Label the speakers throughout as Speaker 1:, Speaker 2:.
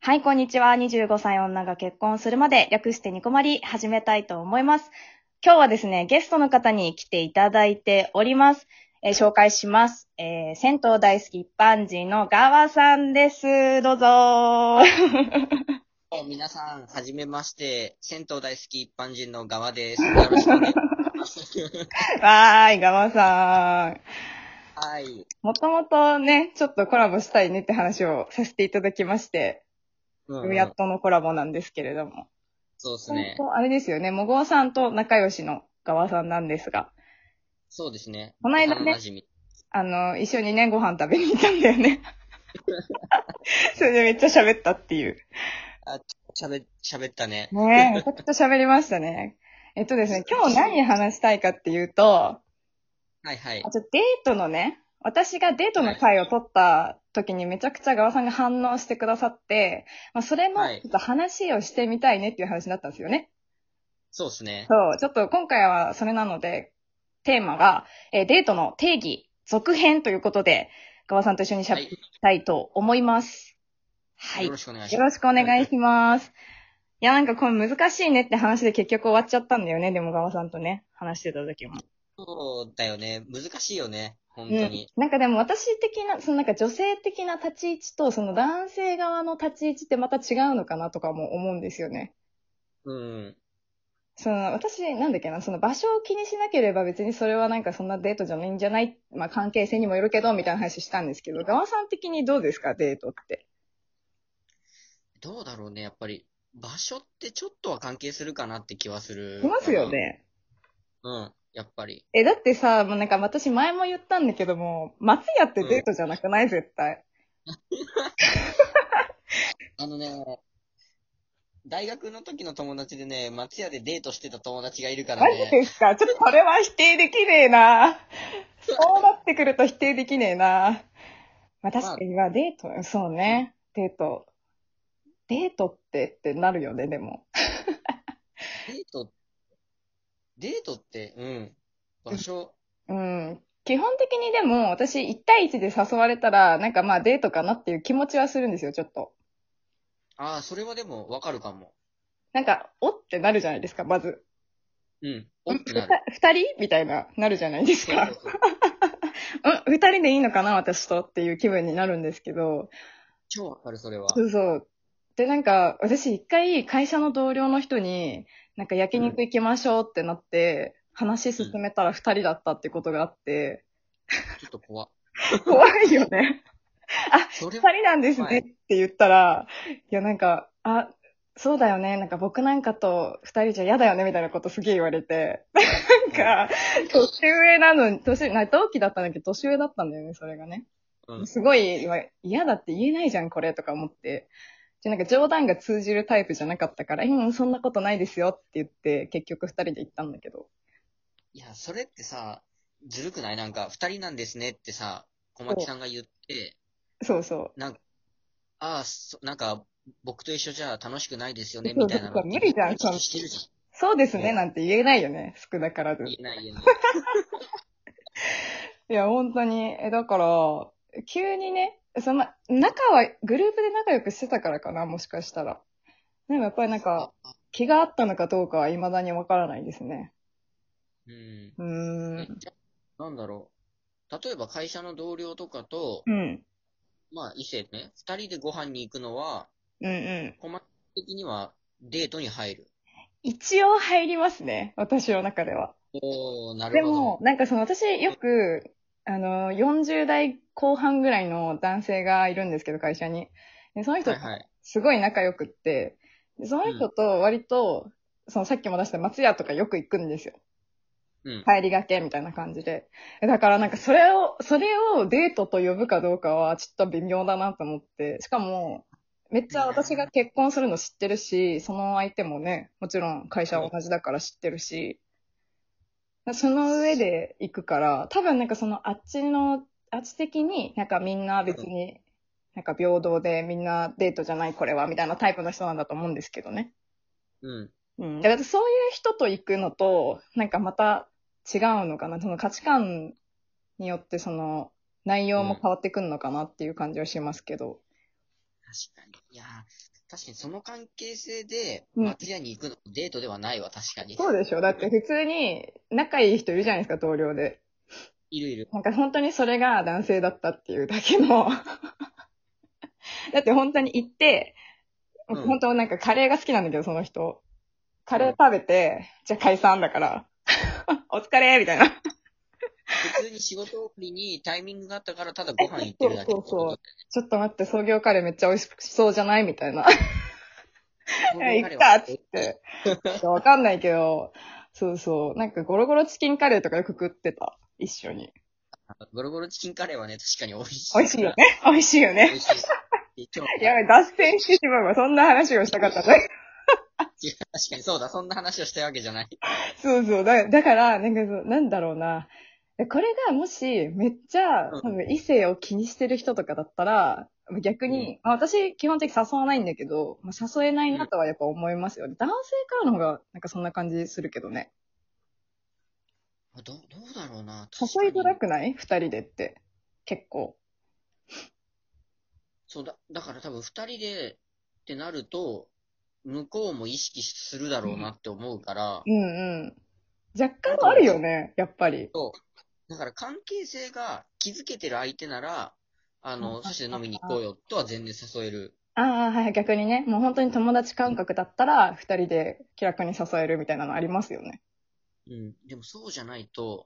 Speaker 1: はい、こんにちは。25歳女が結婚するまで略してニコマリ始めたいと思います。今日はですね、ゲストの方に来ていただいております。紹介します。銭湯大好き一般人のガワさんです。どうぞー。
Speaker 2: 皆さん、はじめまして。銭湯大好き一般人のガワです。よろしくお願いします。
Speaker 1: わーい、ガワさん。
Speaker 2: はい。
Speaker 1: もともとね、ちょっとコラボしたいねって話をさせていただきまして、やっ
Speaker 2: うんうん。
Speaker 1: とのコラボなんですけれども。
Speaker 2: そうですね。
Speaker 1: 本当、あれですよね、もごわさんと仲良しのガワさんなんですが、
Speaker 2: そうですね。
Speaker 1: この間ね、
Speaker 2: 幼馴染み。
Speaker 1: 一緒にね、ご飯食べに行ったんだよね。それでめっちゃ喋ったっていう。
Speaker 2: あ、喋ったね。
Speaker 1: ねえ、めちゃくちゃ喋りましたね。ですね、今日何話したいかっていうと、
Speaker 2: はいはい。
Speaker 1: デートのね、私がデートの
Speaker 2: はい。
Speaker 1: 回を取った時にめちゃくちゃガワさんが反応してくださって、それの
Speaker 2: はい。
Speaker 1: ちょっと話をしてみたいねっていう話だったんですよね。
Speaker 2: そうですね。
Speaker 1: そう、ちょっと今回はそれなので、テーマが、デートの定義、続編ということで、ガワさんと一緒に喋り
Speaker 2: はい。
Speaker 1: たいと思います。はい。
Speaker 2: よろしくお願いします。
Speaker 1: よろしくお願いします。いや、なんかこれ難しいねって話で結局終わっちゃったんだよね。でも、ガワさんとね、話してた時も。
Speaker 2: そうだよね。難しいよね。本
Speaker 1: うん。
Speaker 2: 当に。
Speaker 1: なんかでも私的な、そのなんか女性的な立ち位置と、その男性側の立ち位置ってまた違うのかなとかも思うんですよね。
Speaker 2: うん。
Speaker 1: 私、なんだっけな、その場所を気にしなければ別にそれはなんかそんなデートじゃないんじゃない、関係性にもよるけど、みたいな話したんですけど、ガワさん的にどうですか、デートって。
Speaker 2: どうだろうね。やっぱり、場所ってちょっとは関係するかなって気はす
Speaker 1: います
Speaker 2: るかな。
Speaker 1: よね。
Speaker 2: うん。やっぱり。
Speaker 1: だってさ、もうなんか私前も言ったんだけども、松屋って
Speaker 2: うん。
Speaker 1: デートじゃなくない絶対。
Speaker 2: あのね、大学の時の友達でね、松屋でデートしてた友達がいるから
Speaker 1: マジ
Speaker 2: ね。
Speaker 1: ですか？ちょっとこれは否定できねえな。そうなってくると否定できねえな。確
Speaker 2: まあ、
Speaker 1: かに、デート、そうね。デート。デートってなるよね、でも。
Speaker 2: デート、デートって、うん、場所、
Speaker 1: うん。基本的にでも、私、1対1で誘われたら、なんかデートかなっていう気持ちはするんですよ、ちょっと。
Speaker 2: ああ、それはでもわかるかも。
Speaker 1: なんか、おってなるじゃないですか、まず。
Speaker 2: うん、おってなる。
Speaker 1: 二人みたいな、なるじゃないですか。
Speaker 2: そうそうそう。
Speaker 1: 二人でいいのかな、私とっていう気分になるんですけど。
Speaker 2: 超わかる、それは。
Speaker 1: そうそう。で、なんか、私一回会社の同僚の人に、なんか焼
Speaker 2: うん、
Speaker 1: 肉行きましょうってなって、話進
Speaker 2: うん。
Speaker 1: めたら二人だったってことがあって、
Speaker 2: ちょっと怖。
Speaker 1: 怖いよね。あ、
Speaker 2: それは
Speaker 1: 二人なんですねっ
Speaker 2: 怖い。
Speaker 1: て言ったら、いやなんか、そうだよね。なんか僕なんかと二人じゃ嫌だよねみたいなことすげえ言われて。
Speaker 2: うん、
Speaker 1: なんか、年上なのに、同期だったんだけど年上だったんだよね、それがね。
Speaker 2: うん。
Speaker 1: すごい、嫌だって言えないじゃん、これとか思って。なんか冗談が通じるタイプじゃなかったから、そんなことないですよって言って、結局二人で行ったんだけど。
Speaker 2: いや、それってさ、ずるくない？なんか、二人なんですねってさ、小牧
Speaker 1: そ
Speaker 2: さんが言って、
Speaker 1: そうそ
Speaker 2: なんか、ああ、なんか、僕と一緒じゃ楽しくないですよ
Speaker 1: う。
Speaker 2: ね、
Speaker 1: そうそうそう。
Speaker 2: みたいなのって
Speaker 1: 無理じゃん、
Speaker 2: 言い聞きしてるじ
Speaker 1: そうです
Speaker 2: ゃん。もう、
Speaker 1: ね、なんて言えないよね、少なからず。
Speaker 2: 言えない言えない。
Speaker 1: いや、本当に。だから、急にね、グループで仲良くしてたからかな、もしかしたら。でもやっぱりなんか、
Speaker 2: あ、
Speaker 1: 気があったのかどうかは未だにわからないですね。
Speaker 2: うん。
Speaker 1: うーん。
Speaker 2: じゃあ、なんだろう。例えば会社の同僚とかと、
Speaker 1: うん。
Speaker 2: まあ異性ね、二人でご飯に行くのは、
Speaker 1: うんうん。
Speaker 2: 小牧的にはデートに入る。
Speaker 1: 一応入りますね、私の中では。
Speaker 2: おー、なる
Speaker 1: でも、
Speaker 2: ほど。
Speaker 1: なんか私よく、40代後半ぐらいの男性がいるんですけど、会社に。で、その人と
Speaker 2: はいはい。
Speaker 1: すごい仲良くって、でその
Speaker 2: うん、
Speaker 1: 人と割と、さっきも出した松屋とかよく行くんですよ。
Speaker 2: うん。
Speaker 1: 帰りがけみたいな感じで。だからなんかそれをデートと呼ぶかどうかはちょっと微妙だなと思って。しかも、めっちゃ
Speaker 2: いいな
Speaker 1: 私が結婚するの知ってるし、その相手もね、もちろん会社
Speaker 2: うん。
Speaker 1: は同じだから知ってるし、その上で行くから、多分なんかあっち的になんかみんな別
Speaker 2: うん。
Speaker 1: になんか平等でみんなデートじゃないこれはみたいなタイプの人なんだと思うんですけどね。
Speaker 2: うん。
Speaker 1: うん。だからそういう人と行くのと、なんかまた違うのかな。その価値観によってその内容も
Speaker 2: うん。
Speaker 1: 変わってくるのかなっていう感じはしますけど。
Speaker 2: かに。いやー、確かにその関係性で、
Speaker 1: うん。
Speaker 2: 松屋に行くのデートではないわ、確かに。
Speaker 1: そうでしょ。だって普通に仲いい人いるじゃないですか、同僚で。
Speaker 2: いるいる。
Speaker 1: なんか本当にそれが男性だったっていうだけの。だって本当に行って、
Speaker 2: うん。
Speaker 1: 本当なんかカレーが好きなんだけど、その人。カレー
Speaker 2: うん。
Speaker 1: 食べて、じゃあ解散だから、お疲れみたいな。
Speaker 2: 普通に仕事終わりにタイミングがあったから、ただご飯行って
Speaker 1: そう
Speaker 2: るだけってこと
Speaker 1: そうそう。
Speaker 2: だよね。
Speaker 1: ちょっと待って、創業カレーめっちゃ美味しそうじゃないみたいな。
Speaker 2: 創業カレーは
Speaker 1: 行くかっつ
Speaker 2: 美味しい。
Speaker 1: って。わかんないけど、そうそう。なんかゴロゴロチキンカレーとかよく食ってた。一緒に。
Speaker 2: ゴロゴロチキンカレーはね、確かに美味しいから。
Speaker 1: 美味しいよね。美味しいよね。
Speaker 2: 美味しい。今日は、
Speaker 1: やばい、脱線してしまうわ。そんな話をしたかったんだ。
Speaker 2: いや確かにそうだ、そんな話をしたいわけじゃない。
Speaker 1: そうそう。だから、なんかそう、なんだろうな。これがもし、めっちゃ、
Speaker 2: うん。
Speaker 1: 多分異性を気にしてる人とかだったら、逆
Speaker 2: うん。
Speaker 1: に、私、基本的に誘わないんだけど、誘えない
Speaker 2: うん。
Speaker 1: なとはやっぱ思いますよね。男性からの方が、なんかそんな感じするけどね。
Speaker 2: どうだろうな。確
Speaker 1: 誘いづら
Speaker 2: かに。
Speaker 1: くない二人でって。結構。
Speaker 2: そうだ、だから多分二人でってなると、向こうも意識するだろうなって思うから、
Speaker 1: うんうん。若干はあ
Speaker 2: なんかもう
Speaker 1: るよね、やっぱり。
Speaker 2: だから関係性が築けてる相手なら、そして飲みに行こうよとは全然誘える。
Speaker 1: ああ、はい、逆にね、もう本当に友達感覚だったら、二人で気楽に誘えるみたいなのありますよね。
Speaker 2: うん。でもそうじゃないと、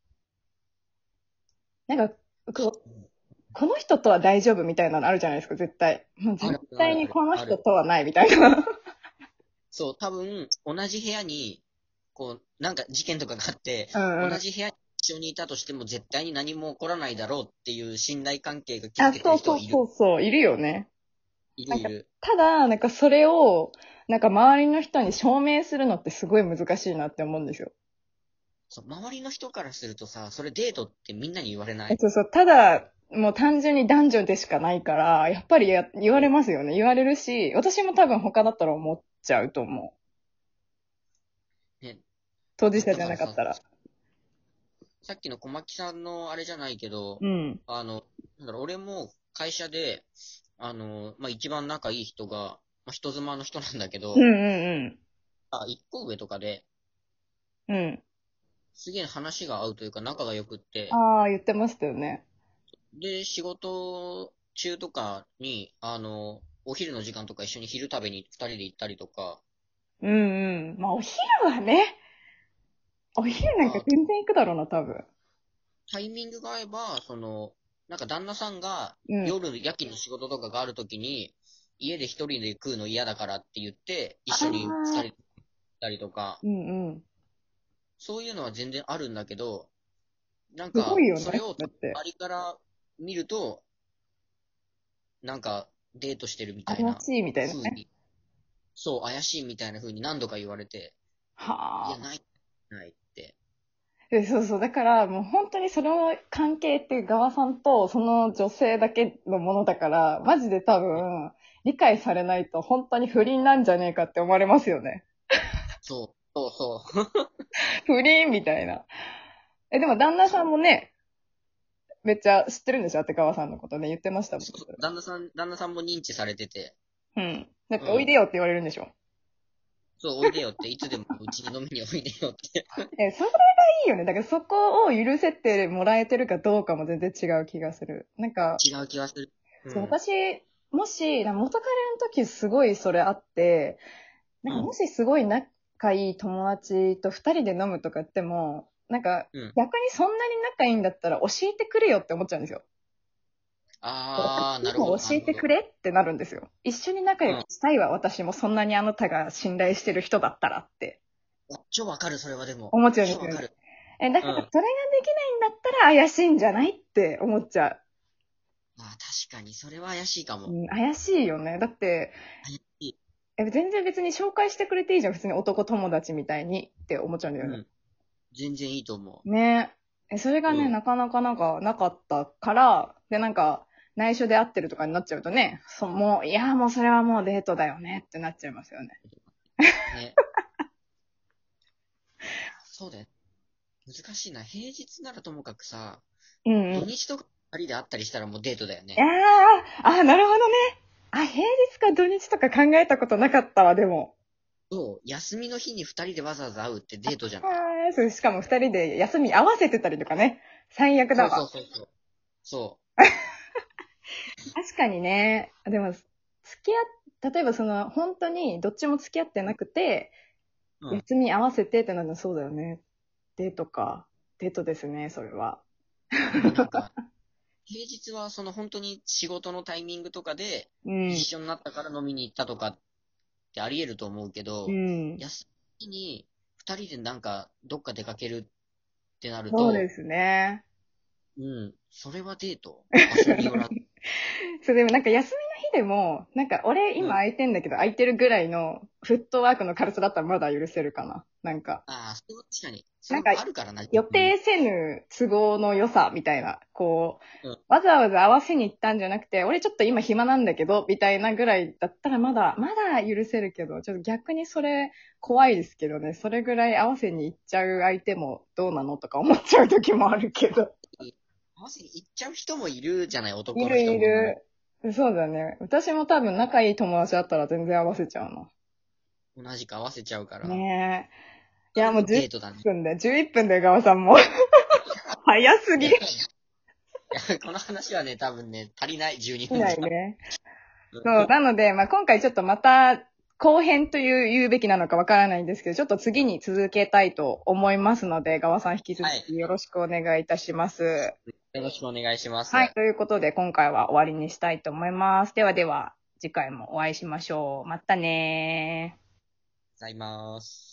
Speaker 1: なんか、
Speaker 2: か
Speaker 1: この人とは大丈夫みたいなのあるじゃないですか、絶対。もう絶
Speaker 2: あるあ
Speaker 1: 対
Speaker 2: るある、
Speaker 1: にこの
Speaker 2: ある。
Speaker 1: 人とはないみたいな。
Speaker 2: そう、多分、同じ部屋に、こう、なんか事件とかがあって、
Speaker 1: うんうん。
Speaker 2: 同じ部屋に一緒にいたとしても絶対に何も起こらないだろうっていう信頼関係が築
Speaker 1: あ、
Speaker 2: けて
Speaker 1: そうそう
Speaker 2: る人はいる。
Speaker 1: そうそう、いるよね。なんか、
Speaker 2: いるいる。
Speaker 1: ただ、なんかそれを、なんか周りの人に証明するのってすごい難しいなって思うんですよ。
Speaker 2: そう、周りの人からするとさ、それデートってみんなに言われない？
Speaker 1: そうそう、ただ、もう単純に男女でしかないから、やっぱり言われますよね。言われるし、私も多分他だったら思っちゃうと思う。
Speaker 2: ね。
Speaker 1: 当事者じゃ
Speaker 2: だからさ、
Speaker 1: なかったら。
Speaker 2: さっきの小牧さんのあれじゃないけど、
Speaker 1: うん。
Speaker 2: なんだろう、俺も会社で、一番仲いい人が、人妻の人なんだけど、
Speaker 1: うんうん
Speaker 2: 一個上とかで、
Speaker 1: うん。うん。
Speaker 2: すげえ話が合うというか仲が良くって、
Speaker 1: ああ、言ってましたよね。
Speaker 2: で、仕事中とかに、お昼の時間とか一緒に昼食べに二人で行ったりとか、
Speaker 1: うんうん。まあ、お昼はね、お昼なんか
Speaker 2: あ
Speaker 1: 全然行くだろうな、多分。
Speaker 2: タイミングが合えば、なんか旦那さんが
Speaker 1: うん。
Speaker 2: 夜勤の仕事とかがあるときに、家で一人で食うの嫌だからって言って、一
Speaker 1: あ
Speaker 2: 緒に二人
Speaker 1: あ、
Speaker 2: で行ったりとか、
Speaker 1: うんうん。
Speaker 2: そういうのは全然あるんだけど、なん
Speaker 1: すご
Speaker 2: か、
Speaker 1: いよね、
Speaker 2: それを
Speaker 1: だって。
Speaker 2: 周りから見ると、なんか、デートしてるみたいな
Speaker 1: 怪しいみたいなね。
Speaker 2: 風に、そう、怪しいみたいな風に何度か言われて、いや、
Speaker 1: はあ。
Speaker 2: ないって。
Speaker 1: そうそう。だから、もう本当にその関係っていう側さんと、その女性だけのものだから、マジで多分、理解されないと本当に不倫なんじゃねえかって思われますよね。
Speaker 2: そう。
Speaker 1: 不倫みたいな。でも旦那さんもね、めっちゃ知ってるんでしょって川さんのことね、言ってましたもん。
Speaker 2: そう旦那さんも認知されてて、
Speaker 1: うん。だっておいで
Speaker 2: うん。
Speaker 1: よって言われるんでしょ。
Speaker 2: そう、おいでよって、いつでもうちに飲みにおいでよって。
Speaker 1: それがいいよね。だからそこを許せてもらえてるかどうかも全然違う気がする。なんか、
Speaker 2: 違う気がする。う
Speaker 1: そう、
Speaker 2: ん。
Speaker 1: 私、もし、元彼の時すごいそれあって、なんかも
Speaker 2: うん。
Speaker 1: しすごい仲いい友達と二人で飲むとか言っても、なんか
Speaker 2: うん。
Speaker 1: 逆にそんなに仲いいんだったら教えてくれよって思っちゃうんですよ。
Speaker 2: あー、なるほど、
Speaker 1: もう教え
Speaker 2: なるほど。
Speaker 1: てくれってなるんですよ。一緒に仲
Speaker 2: うん。
Speaker 1: 良くしたいわ、私もそんなにあなたが信頼してる人だったらって
Speaker 2: 超わかる、それはでも。
Speaker 1: 思っちゃうんですよね。
Speaker 2: 超わかる。
Speaker 1: だ
Speaker 2: うん。
Speaker 1: からそれができないんだったら怪しいんじゃないって思っちゃ
Speaker 2: 確かに、それは怪しいか
Speaker 1: う。
Speaker 2: も。
Speaker 1: うん、怪しいよね。だって、
Speaker 2: 怪しい。
Speaker 1: 全然別に紹介してくれていいじゃん。普通に男友達みたいにって思っちゃうんだよね。
Speaker 2: うん。全然いいと思
Speaker 1: ね。それが
Speaker 2: う。う
Speaker 1: ね、
Speaker 2: ん。
Speaker 1: なかなかなんかなかったから、で、なんか、内緒で会ってるとかになっちゃうとね、もう、いや、もうそれはもうデートだよねってなっちゃいますよね。
Speaker 2: ね。そうだよ。難しいな。平日ならともかくさ、
Speaker 1: うんうん。い
Speaker 2: 土日とか二人で会ったりしたらもうデートだよ
Speaker 1: や
Speaker 2: ね。
Speaker 1: なるほどね。 あ、平日か土日とか考えたことなかったわ、でも。
Speaker 2: そう、休みの日に二人でわざわざ会うってデートじゃない。
Speaker 1: そう、しかも二人で休み合わせてたりとかね。最悪だ
Speaker 2: そうそ
Speaker 1: わ。
Speaker 2: うそうそう。そ
Speaker 1: 確かにね。でも、例えば本当にどっちも付き合ってなくて、
Speaker 2: う。うん。
Speaker 1: 休み合わせてってなるのそうだよね。デートか。デートですね、それは。
Speaker 2: なんか、平日はその本当に仕事のタイミングとかで
Speaker 1: うん。
Speaker 2: 一緒になったから飲みに行ったとかってあり得ると思うけ
Speaker 1: う
Speaker 2: ど、
Speaker 1: ん。
Speaker 2: 休みに二人でなんかどっか出かけるってなると、
Speaker 1: そうですね。
Speaker 2: うん、それはデート遊びよら、
Speaker 1: そう、でもなんか休みの日でも、なんか俺
Speaker 2: うん。
Speaker 1: 今空いてんだけど空いてるぐらいのフットワークの軽さだったらまだ許せるかな。なんか。
Speaker 2: ああ、それは確かに。それ
Speaker 1: なんか、
Speaker 2: もあるからな、
Speaker 1: 予
Speaker 2: 逆に。
Speaker 1: 定せぬ都合の良さみたいな、こう、
Speaker 2: うん。
Speaker 1: わざわざ合わせに行ったんじゃなくて、俺ちょっと今暇なんだけど、みたいなぐらいだったらまだ許せるけど、ちょっと逆にそれ怖いですけどね、それぐらい合わせに行っちゃう相手もどうなのとか思っちゃう時もあるけど。
Speaker 2: 合わせに行っちゃう人もいるじゃない、
Speaker 1: いる
Speaker 2: 男の人も。
Speaker 1: いる。そうだね。私も多分仲いい友達だったら全然合わせちゃうな。
Speaker 2: 同じく合わせちゃうから。
Speaker 1: ねえ。いや、もう10
Speaker 2: デートだね。
Speaker 1: 分で、11分でガワさんも。早すぎ。
Speaker 2: いや、この話はね、多分ね、足りない、12
Speaker 1: い
Speaker 2: 分じゃ。
Speaker 1: ないね。そう、なので、まあ、今回ちょっとまた後編と言うべきなのかわからないんですけど、ちょっと次に続けたいと思いますので、ガワさん引き続
Speaker 2: はい。
Speaker 1: きよろしくお願いいたします。
Speaker 2: よろしくお願いします。
Speaker 1: はい、ということで今回は終わりにしたいと思います。ではでは、次回もお会いしましょう。またねー。
Speaker 2: ございます。